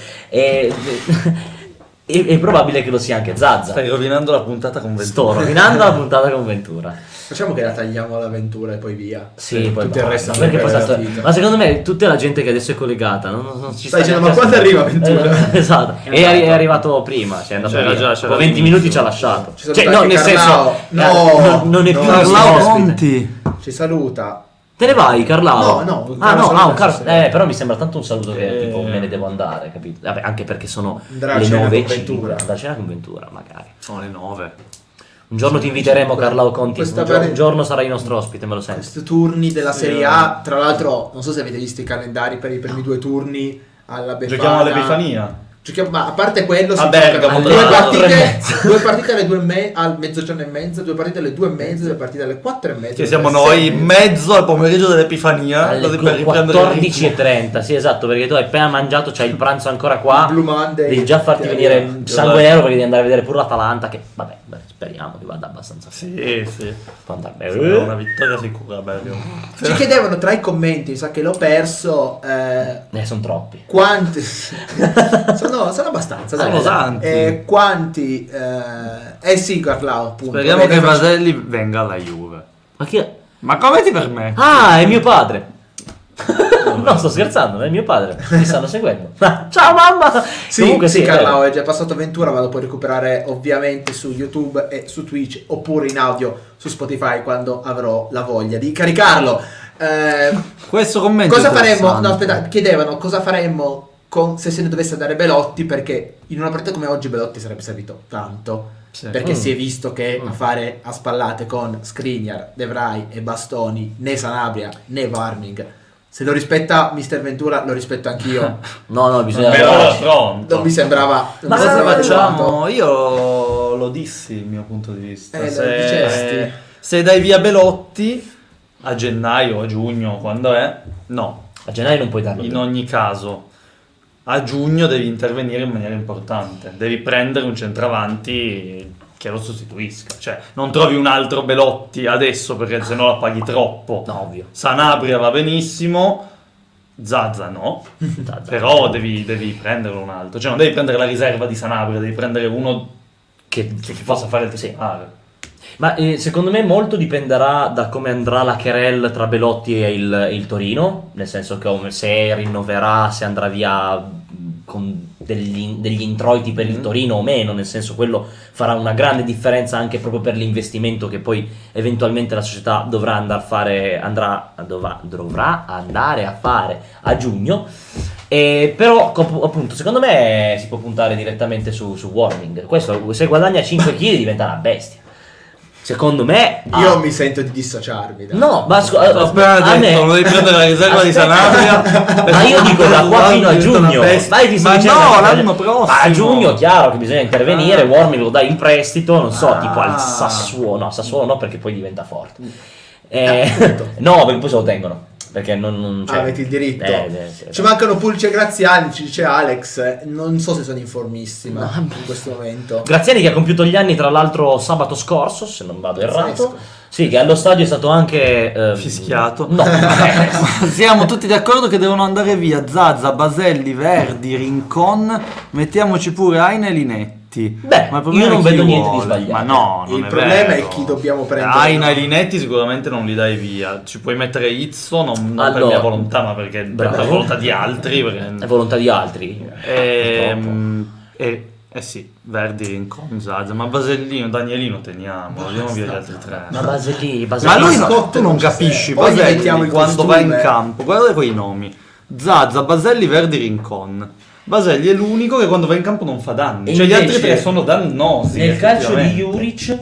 è probabile che lo sia anche Zazza. Stai rovinando la puntata con Sto Ventura. rovinando la puntata con Ventura. Facciamo che la tagliamo all'avventura e poi via. Sì, poi tutto il resto perché non poi è sta- partita. ma secondo me tutta la gente che adesso è collegata non ci Stai sta dicendo, neanche ma quando a- arriva Ventura? Esatto, è arrivato prima, cioè è andato C'era via. già, c'era Dopo 20 all'inizio. minuti ci ha lasciato. Ci Cioè, saluta no, anche nel senso Carlao. non è più No, il nostro Carlao ospite. Conti. Ci saluta. Te ne vai, Carlao? No, no, Ah, no, saluto un adesso, sì. però mi sembra tanto un saluto che tipo me ne devo andare, capito? Vabbè, anche perché sono Andrà a le cena 9 con Ventura. Da cena con Ventura, magari. Sono le 9. Un giorno ti inviteremo, Carlao Conti. Questa Un giorno sarai il nostro ospite, me lo sento. Questi turni della Serie A, tra l'altro, non so se avete visto i calendari per i primi 2 turni alla Befana. Giochiamo all'Epifania. Giochiamo, ma a parte quello, si A giocano Bergamo, due alle partite, 4:30. due partite alle 2 al mezzogiorno e mezza, 2 partite alle 2:30, 2 partite alle 4:30. Che siamo noi in mezzo al pomeriggio dell'Epifania. Alle per riprendere il ritmo. 14:30, sì, esatto, perché tu hai appena mangiato, c'hai il pranzo ancora qua. Il Blue Monday. Devi già farti Ti venire arriva. il sangue nero perché devi andare a vedere pure l'Atalanta. Che vabbè, speriamo che vada abbastanza. Sì, sì. Può andare È bene. una vittoria sicura, Bergamo. Ci chiedevano tra i commenti, mi sa che l'ho perso, Sono troppi. quanti sono abbastanza, dai. Sono tanti. Quanti sì, Carlao, appunto. Speriamo Vabbè, che faccio- Baselli venga alla Juve. Ma chi è? Ma come ti permetti? Ah, è mio padre. No, sto scherzando, è mio padre. Mi stanno seguendo. Ciao mamma. Sì, Comunque sì, sì, Carlao è già passato Ventura, ma lo puoi recuperare ovviamente su YouTube e su Twitch, oppure in audio su Spotify quando avrò la voglia di caricarlo. Questo commento Cosa è faremmo? No, interessante. aspetta, chiedevano cosa faremmo se se ne dovesse andare Belotti, perché in una partita come oggi Belotti sarebbe servito tanto. Sì. Perché si è visto che a spallate con Skriniar, De Vrij e Bastoni, né Sanabria né Warming. Se lo rispetta Mister Ventura, lo rispetto anch'io. No, bisogna Però lavorarci. pronto. Non mi sembrava. Non Ma mi Cosa sembrava adeguato. facciamo? Io lo dissi il mio punto di vista. Lo dicesti. Se dai via Belotti a gennaio, a giugno, quando è? No. A gennaio non puoi darlo. In ogni caso, a giugno devi intervenire in maniera importante. Devi prendere un centravanti che lo sostituisca. Cioè, non trovi un altro Belotti adesso perché se no la paghi troppo. No, ovvio. Sanabria va benissimo, Zazza no. Zazza. Però devi prenderlo un altro. Cioè, non devi prendere la riserva di Sanabria, devi prendere uno Che che possa fare il sì. titolare. Ma secondo me molto dipenderà da come andrà la querel tra Belotti e il Torino, nel senso che se rinnoverà, se andrà via con degli introiti per il Torino o meno, nel senso quello farà una grande differenza anche proprio per l'investimento che poi eventualmente la società dovrà andare a fare, dovrà andare a fare a giugno. Però appunto secondo me si può puntare direttamente su Warming. Questo, se guadagna 5 kg diventa una bestia. Secondo me Io mi sento di dissociarmi. dai. no, ma Ho appena a me detto, non devi prendere la riserva di Sanabria. ma io dico da qua fino a giugno. Vai, ti sto Ma dicendo no, che- l'anno prossimo. Ma a giugno è chiaro che bisogna intervenire. Warming lo dai in prestito, non so, Ah. tipo al Sassuolo. No, Sassuolo no, perché poi diventa forte. appunto. No, perché poi se lo tengono. Perché non c'è. Avete il diritto. Sì, Ci mancano Pulce e Graziani, ci dice Alex. Non so se sono informissima in questo momento. Graziani che ha compiuto gli anni tra l'altro sabato scorso, se non vado errato. Pazzesco. Sì, che allo stadio è stato anche Fischiato. No. Siamo tutti d'accordo che devono andare via Zazza, Baselli, Verdi, Rincon. Mettiamoci pure Aine e Linè. Linetti. Beh, Ma il io problema non è chi vedo niente di vuole. sbagliato. Ma no, non Il è problema vero. è chi dobbiamo prendere. Aina e Linetti sicuramente non li dai via. Ci puoi mettere Izzo, non per Allora, mia volontà, ma perché per bravo. la volontà di altri. È volontà di altri. Purtroppo. Sì, Verdi, Rincon, Zaza, ma Basellino, Danielino teniamo, andiamo via gli altri tre. Ma Basellini, Ma lui Mascotte tu non non c'è. capisci, Poi gli mettiamo Baselli il quando va in costume. campo, guarda quei nomi. Zaza, Baselli, Verdi, Rincon. Baselli è l'unico che quando va in campo non fa danni, E cioè gli altri invece, tre sono dannosi. Nel calcio di effettivamente. Juric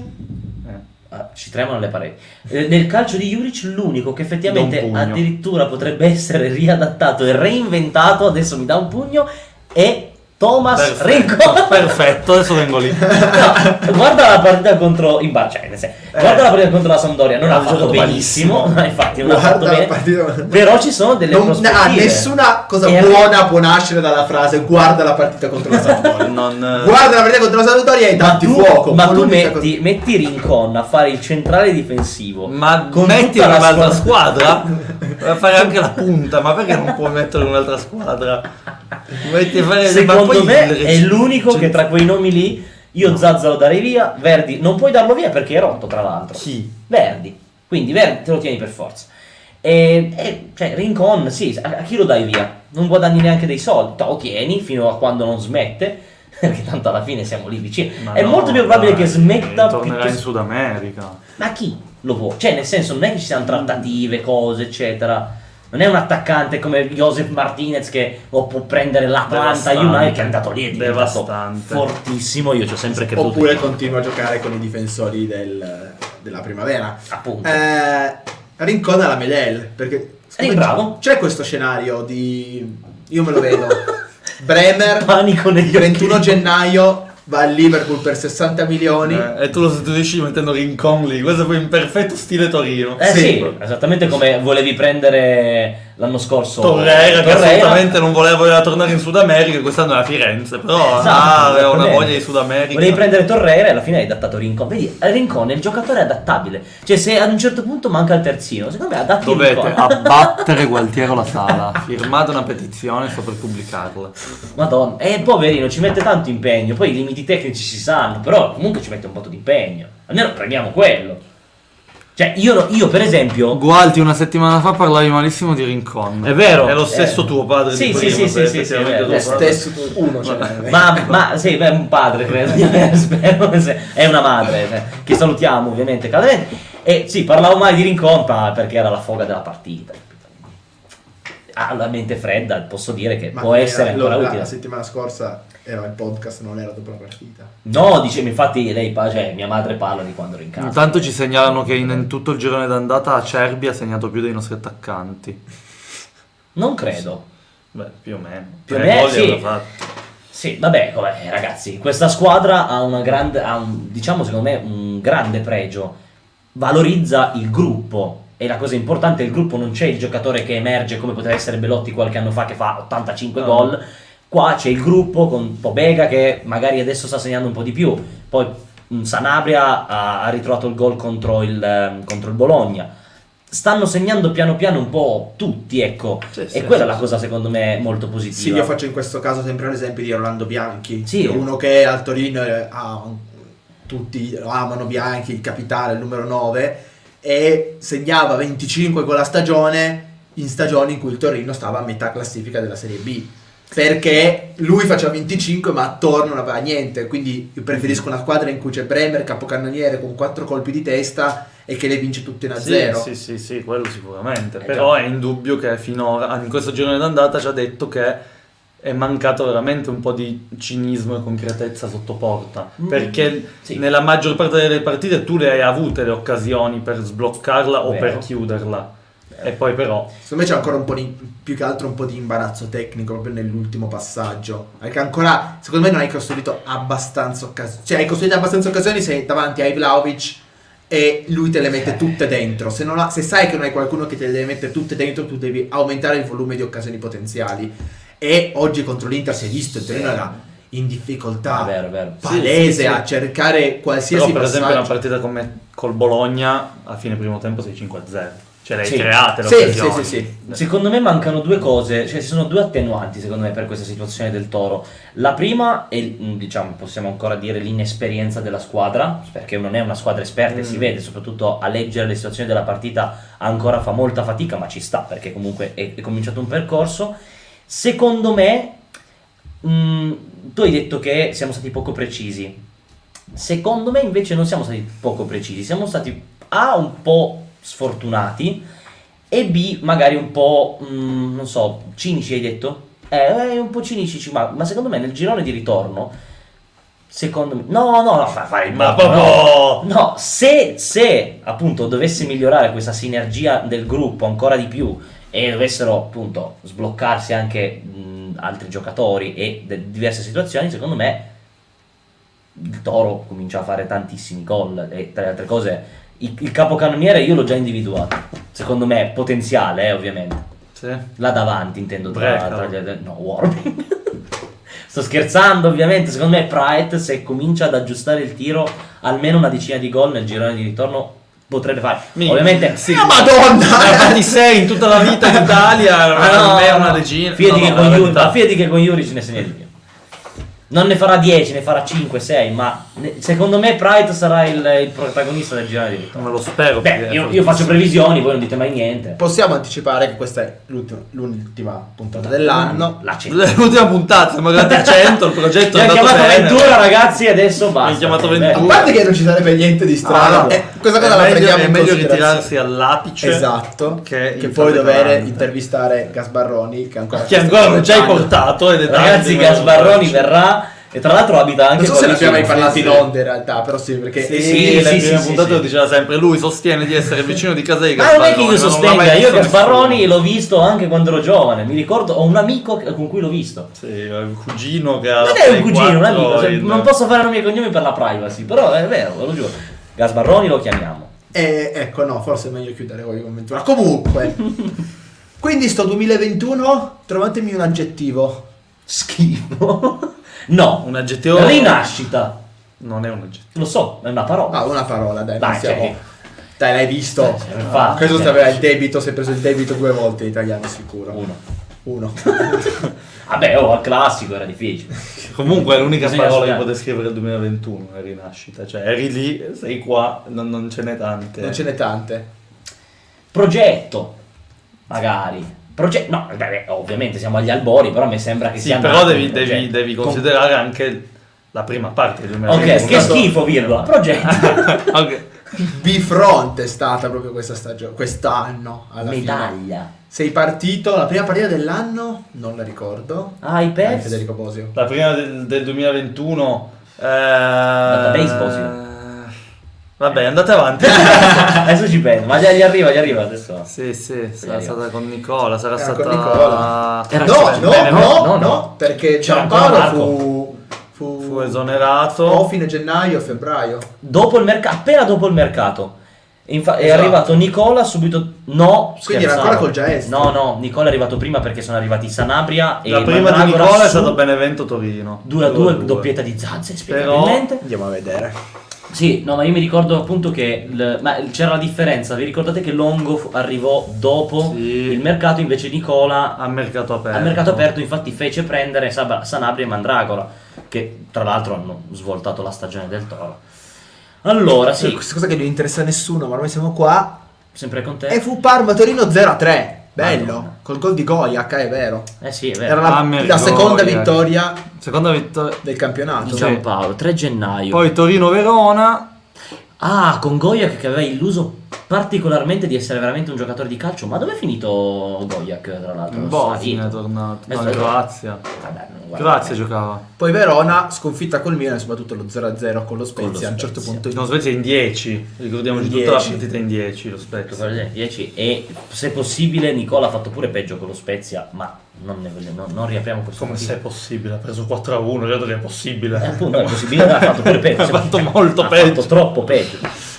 ci tremano le pareti. Nel calcio di Juric l'unico che effettivamente Da un pugno. addirittura potrebbe essere riadattato e reinventato, adesso mi dà un pugno, è Thomas Rincon. Perfetto, adesso vengo lì. No, guarda la partita contro guarda la partita contro la Sampdoria, non ha fatto fatto benissimo, no, infatti non ha Guarda fatto la bene. partita- Però ci sono delle prospettive. Nessuna cosa E buona può nascere dalla frase guarda la partita contro la Sampdoria. Non, Guarda la partita contro la Sampdoria e datti fuoco. Ma tu l'unica metti Rincon a fare il centrale difensivo. ma con metti tutta la un'altra squadra, a fare anche la punta, ma perché non puoi mettere un'altra squadra? Metti a fare, ma Secondo poi me il è l'unico cioè, che tra quei nomi lì io Zazza lo darei via. Verdi non puoi darlo via perché è rotto, tra l'altro. Chi? Verdi, quindi Verdi te lo tieni per forza. Cioè Rincon, sì, a chi lo dai via? Non guadagni neanche dei soldi, lo tieni fino a quando non smette, perché tanto alla fine siamo lì vicini. Ma È no, molto più probabile dai, che smetta tornerà in piuttosto- Sud America. Ma chi lo può? Cioè, nel senso, non è che ci siano trattative, cose, eccetera. Non è un attaccante come Joseph Martinez che può prendere l'Atlanta Devastante. United, che è andato lì, è diventato Devastante. fortissimo. Io ci ho sempre creduto. Oppure continua a giocare con i difensori della primavera. Appunto. Rincon alla Medel, perché Bravo. c'è questo scenario di io me lo vedo. Bremer Panico negli occhi. 21 gennaio va al Liverpool per 60 milioni. E tu lo sostituisci mettendo Rincon lì, questo poi in perfetto stile Torino. Sì, Sì. esattamente come volevi prendere l'anno scorso Torreira che assolutamente non voleva tornare in Sud America, quest'anno è a Firenze, però aveva una esattamente. voglia di Sud America. Volevi prendere Torreira e alla fine hai adattato Rincon. Vedi, Rincon è il giocatore adattabile. Cioè, se ad un certo punto manca il terzino, secondo me adatti Dovete Rincon. abbattere Gualtiero La Sala. Firmate una petizione, sto per pubblicarla. Madonna, poverino, ci mette tanto impegno. Poi i limiti tecnici si sanno, però comunque ci mette un po' di impegno. Almeno premiamo quello. Cioè, io per esempio. Gualti una settimana fa parlavi malissimo di Rincon. È vero. È lo stesso tuo padre Sì, di sì, prima. sì, sì, sì, sì, è vero. Lo stesso uno ce n'è. Ma sì, beh, un padre credo di avere, spero. È una madre, che salutiamo ovviamente caldamente. E sì, parlavo mai di Rincon perché era la foga della partita. Ha la mente fredda, posso dire che Ma può essere allora, ancora utile. la settimana scorsa era il podcast, non era dopo la partita. No, dice, infatti cioè, mia madre parla di quando ero in casa. Intanto ci segnalano che in tutto il girone d'andata Acerbi ha segnato più dei nostri attaccanti. Non credo. Beh, più o meno. Più o 3 meno, gol sì. li avrà fatti. Sì, vabbè, ragazzi, questa squadra ha diciamo secondo me un grande pregio. Valorizza il gruppo. E la cosa importante, il gruppo non c'è il giocatore che emerge come poteva essere Belotti qualche anno fa che fa 85 gol. Qua c'è il gruppo con Pobega che magari adesso sta segnando un po' di più. Poi Sanabria ha ritrovato il gol contro il Bologna. Stanno segnando piano piano un po' tutti, ecco. Sì, e quella è la cosa secondo me molto positiva. Sì, io faccio in questo caso sempre l'esempio di Rolando Bianchi, Sì. uno che al Torino tutti lo amano, Bianchi, il capitale, il numero 9, e segnava 25 con la stagione in stagioni in cui il Torino stava a metà classifica della Serie B, perché lui faceva 25 ma attorno non aveva niente. Quindi io preferisco una squadra in cui c'è Bremer, capocannoniere, con 4 colpi di testa e che le vince tutte 1-0. Sì, quello sicuramente. Però è indubbio che finora, in questo girone d'andata, ci ha detto che è mancato veramente un po' di cinismo e concretezza sotto porta. Perché sì. nella maggior parte delle partite tu le hai avute le occasioni per sbloccarla o Vero. per chiuderla. E poi però Secondo me c'è ancora un po' più che altro un po' di imbarazzo tecnico proprio nell'ultimo passaggio, perché ancora secondo me non hai costruito abbastanza occasioni, cioè hai costruito abbastanza occasioni se davanti hai Vlahovic e lui te le mette tutte dentro. Se sai che non hai qualcuno che te le deve mettere tutte dentro, tu devi aumentare il volume di occasioni potenziali. E oggi contro l'Inter si è visto il Torino era in difficoltà Vero. palese Sì. a cercare qualsiasi però per esempio una passaggio. partita come col Bologna a fine primo tempo sei 5-0. Ce le hai Sì. create le Sì, occasioni. sì. Secondo me mancano due cose, cioè ci sono due attenuanti secondo me per questa situazione del Toro. La prima è, diciamo, possiamo ancora dire l'inesperienza della squadra, perché non è una squadra esperta e si vede, soprattutto a leggere le situazioni della partita ancora fa molta fatica, ma ci sta perché comunque è cominciato un percorso. Secondo me, tu hai detto che siamo stati poco precisi. Secondo me invece non siamo stati poco precisi, siamo stati A, un po' sfortunati, e B, magari un po', non so, cinici hai detto? Un po' cinici, ma secondo me nel girone di ritorno, secondo me, no, fai Ma proprio... No, se appunto dovesse migliorare questa sinergia del gruppo ancora di più e dovessero appunto sbloccarsi anche altri giocatori e diverse situazioni, secondo me il Toro comincia a fare tantissimi gol e tra le altre cose il capocannoniere io l'ho già individuato, secondo me potenziale ovviamente, Sì. là davanti intendo Brecalo. no, Warming. Sto scherzando ovviamente, secondo me Praet se comincia ad aggiustare il tiro almeno una decina di gol nel girone di ritorno potrebbe fare, ovviamente Sì. Madonna! Ne ha fatti 6 in tutta la vita in Italia, almeno una decina. Fidati No, che no, con la Juric, verità. ma fidati che con Juric ne segna di più. Non ne farà 10, ne farà 5, 6, ma secondo me Pride sarà il protagonista del girone di ritorno. Me lo spero. Beh, perché è io fortissimo. faccio previsioni, voi non dite mai niente. Possiamo anticipare che questa è l'ultima puntata dell'anno. La c'è. L'ultima puntata, siamo arrivati a 100, il progetto Mi è ha andato chiamato bene. Ventura, ragazzi, e adesso basta. Mi ha chiamato Beh, Ventura. A parte che non ci sarebbe niente di strano, Ah, no. questa cosa È la meglio- prendiamo è in meglio considerazione. ritirarsi all'apice Esatto, che che in poi fase dover 40. intervistare Gasbarroni che ancora non ci hai portato ed è Ragazzi, tardi, Gasbarroni ma- verrà. E tra l'altro abita anche Non so se qua ne abbiamo mai vicino. parlato sì. in onda in realtà, però sì, perché Sì, Sì, le sì, prime sì, puntate sì. lo diceva sempre, lui sostiene di essere vicino di casa di Ma non è che Gasbarroni, io ma non l'ha sostenga, mai io visto Gasbarroni nessuno. l'ho visto anche quando ero giovane. Mi ricordo, ho un amico con cui l'ho visto. Sì, un cugino che ha Non la è un Play cugino, un 4 amico, cioè, in- non posso fare nomi e cognomi per la privacy, però è vero, ve lo giuro. Gasbarroni lo chiamiamo. ecco, no, forse è meglio chiudere voi con Ventura. Comunque, quindi sto 2021, trovatemi un aggettivo. Schifo. No, Un aggettivo rinascita. non è un aggettivo. Lo so, è una parola. Ah, una parola, dai, Dai, non siamo... cioè, Dai, l'hai visto? infatti, Questo cioè, aveva il debito, si è preso il debito 2 volte in italiano sicuro. Uno. Uno. Vabbè, al classico era difficile. Comunque è l'unica Bisogna parola che studiare. può descrivere il 2021, è rinascita. Cioè eri lì, sei qua, non ce n'è tante. Non ce n'è tante. Progetto, magari. No, beh, ovviamente siamo agli albori, però mi sembra che Sì, sia però nato un devi progetto. devi considerare anche la prima parte del 2021. Ok, che schifo, virgola. Progetto. Ok. Bifront è stata proprio questa stagione, quest'anno alla fine. Medaglia. Sei partito, la prima partita dell'anno, non la ricordo. Ah, i Dai, Pets. Federico Bosio. La prima del 2021. Database, Bosio. Vabbè, andate avanti. Adesso ci penso, ma gli arriva adesso. Sì, sarà stata con Nicola, sarà Era stata con Nicola. Era No, perché C'era Giampaolo ancora fu esonerato. o fine gennaio o febbraio. Dopo il mercato, appena dopo il mercato. È Esatto. arrivato Nicola subito. No, Quindi era scherzavo. ancora col Giaestro. No, Nicola è arrivato prima perché sono arrivati Sanabria e La prima di Mandragora Nicola è su stato Benevento Torino. 2-2, doppietta di Zazza, spiegabilmente. Andiamo a vedere. Sì, no, ma io mi ricordo appunto che ma c'era la differenza. Vi ricordate che Longo arrivò dopo Sì. il mercato, invece Nicola A mercato aperto. al mercato aperto infatti fece prendere Sanabria e Mandragora, che tra l'altro hanno svoltato la stagione del Toro. Allora, sì, Questa cosa che non interessa a nessuno, ma ormai siamo qua. sempre con te. E fu Parma Torino 0-3. Bello. Madonna. Col gol di Goiak, è vero. Eh sì, è vero. Era la Ammer seconda Goiak. vittoria Seconda vittoria. del campionato. Di Giampaolo, 3 gennaio. Poi Torino-Verona. Ah, con Goiak che aveva illuso particolarmente di essere veramente un giocatore di calcio. Ma dove è finito Goiak, tra l'altro? In Non so, Bosnia è tornato. È No, in stato- Croazia. Vabbè, non guarda Croazia bene. giocava. Poi Verona, sconfitta col Milan, soprattutto lo 0-0 con lo Spezia. A un certo Spezia. punto No, Svezia in 10. Ricordiamoci In tutta la 10. partita in 10 lo Ecco, Spezia. 10 e se possibile Nicola ha fatto pure peggio con lo Spezia, ma non ne vogliamo, non riapriamo questo Come se motivo. è possibile? Ha preso 4-1, credo che è possibile. Appunto, è possibile, ha fatto pure peggio. Ha fatto molto Ha peggio. fatto troppo peggio.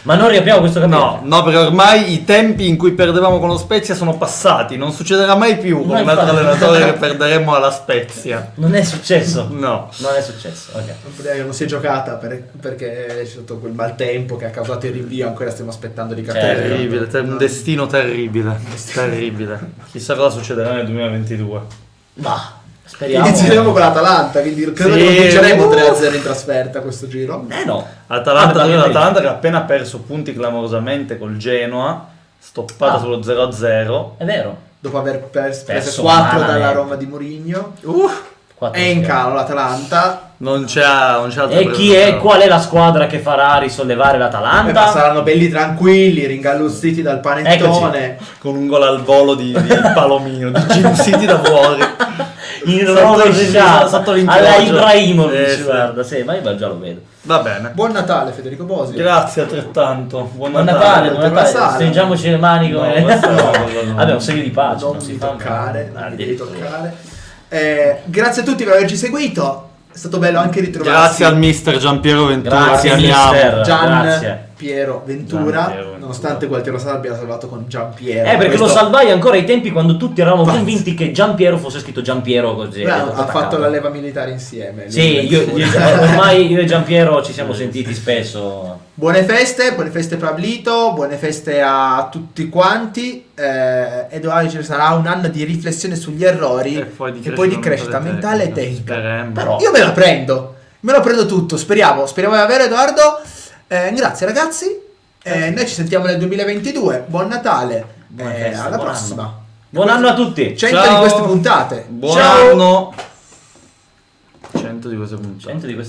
Ma non riapriamo questo capitolo. No, perché ormai i tempi in cui perdevamo con lo Spezia sono passati. Non succederà mai più con un altro allenatore che perderemo alla Spezia. Non è successo. No. Non è successo, ok. Non si è giocata perché c'è stato quel maltempo che ha causato il rinvio, ancora stiamo aspettando di Certo. capire. Terribile, un destino terribile. Terribile. Chissà cosa succederà nel 2022. Ma speriamo. Inizieremo con l'Atalanta, quindi credo Sì. che non vinceremo 3-0 in trasferta questo giro. No. L'Atalanta che ha appena perso punti clamorosamente col Genoa, stoppata sullo 0-0. È vero. Dopo aver preso Perso 4 dalla malamente. Roma di Mourinho. 4 È in calo l'Atalanta. Non c'è altra E chi presa. è? Qual è la squadra che farà risollevare Ma l'Atalanta? saranno belli tranquilli, ringalluzziti dal panettone. Con un gol al volo di Palomino, di Jim City da fuori. In Sotto rovesciata sotto l'incrocio. alla Ibrahimovic, Sì. guarda, sì, ma io già lo vedo. Va bene. Buon Natale Federico Bosi. Grazie altrettanto. Buon Natale, buon Buon Natale. Natale. Stringiamoci le mani come... No, questo no. Vabbè, un segno di pace. Non si mi fa. toccare, Ah, non mi devi addirittura. toccare. Grazie a tutti per averci seguito. È stato bello anche ritrovarsi. Grazie al mister Giampiero Ventura, Grazie, ti amiamo. mister. Gian Grazie. Piero Ventura, Gian Piero Ventura. nonostante Gualtiero Sala abbia salvato con Gian Piero. Perché Questo- lo salvai ancora ai tempi quando tutti eravamo Pazzo. convinti che Giampiero fosse scritto Giampiero così. Beh, tutto ha fatto attaccato. la leva militare insieme. Sì, ormai io e Giampiero ci siamo sentiti spesso. Buone feste Pablito, buone feste a tutti quanti. E domani ci sarà un anno di riflessione sugli errori E poi di e poi di crescita crescita mentale e tecnica. tecnica. Speriamo. Però io me la prendo tutto, speriamo di avere Edoardo. Grazie ragazzi. Noi ci sentiamo nel 2022. Buon Natale. Buona festa, Alla buon prossima. anno. Buon anno a tutti. 100 Ciao. di queste puntate. Buon Ciao. anno. 100 di queste puntate. 100 di queste